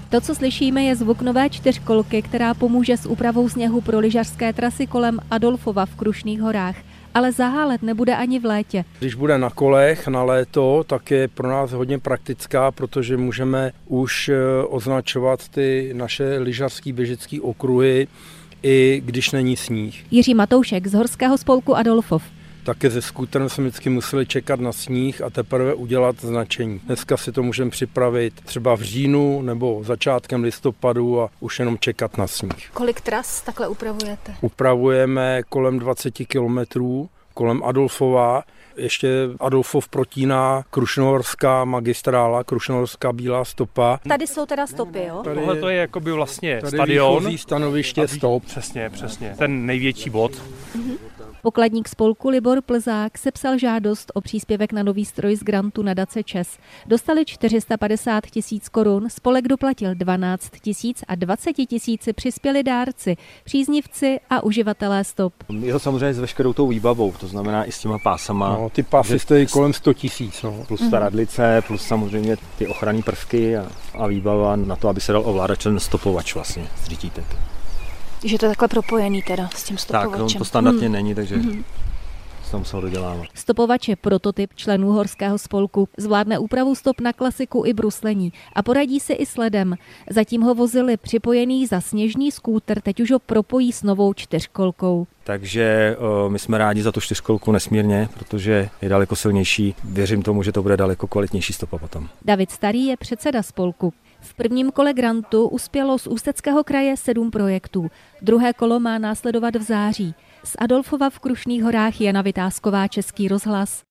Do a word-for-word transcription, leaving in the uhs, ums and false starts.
To, co slyšíme, je zvuk nové čtyřkolky, která pomůže s úpravou sněhu pro lyžařské trasy kolem Adolfova v Krušných horách. Ale zahálet nebude ani v létě. Když bude na kolech na léto, tak je pro nás hodně praktická, protože můžeme už označovat ty naše lyžařské běžecké okruhy, i když není sníh. Jiří Matoušek z horského spolku Adolfov. Také se skútrem jsme vždycky museli čekat na sníh a teprve udělat značení. Dneska si to můžeme připravit třeba v říjnu nebo začátkem listopadu a už jenom čekat na sníh. Kolik tras takhle upravujete? Upravujeme kolem dvacet kilometrů, kolem Adolfova. Ještě Adolfov protíná Krušnohorská magistrála, Krušnohorská bílá stopa. Tady jsou teda stopy, jo? Tady, Tohle to je jakoby vlastně tady stadion. Tady stanoviště stop. Přesně, přesně. Ten největší bod. Mm-hmm. Pokladník spolku Libor Plzák sepsal žádost o příspěvek na nový stroj z grantu nadace ČES. Dostali čtyři sta padesát tisíc korun, spolek doplatil dvanáct tisíc a dvacet tisíci přispěli dárci, příznivci a uživatelé stop. Je to samozřejmě s veškerou tou výbavou, to znamená i s těma pásama. No, ty pásy stojí kolem sto tisíc. No. Plus ta radlice, plus samozřejmě ty ochranné prvky a, a výbava na to, aby se dal ovládat ten stopovač vlastně z řitítek. Že to je takhle propojený teda s tím stopovačem. Tak, no, to standardně hmm. není, takže hmm. to musel dodělávat. Stopovač je prototyp členů horského spolku. Zvládne úpravu stop na klasiku i bruslení a poradí si i s ledem. Zatím ho vozili připojený za sněžný skútr, teď už ho propojí s novou čtyřkolkou. Takže o, my jsme rádi za tu čtyřkolku nesmírně, protože je daleko silnější. Věřím tomu, že to bude daleko kvalitnější stopa potom. David Starý je předseda spolku. V prvním kole grantu uspělo z Ústeckého kraje sedm projektů. Druhé kolo má následovat v září. Z Adolfova v Krušných horách Jana Vytázková, Český rozhlas.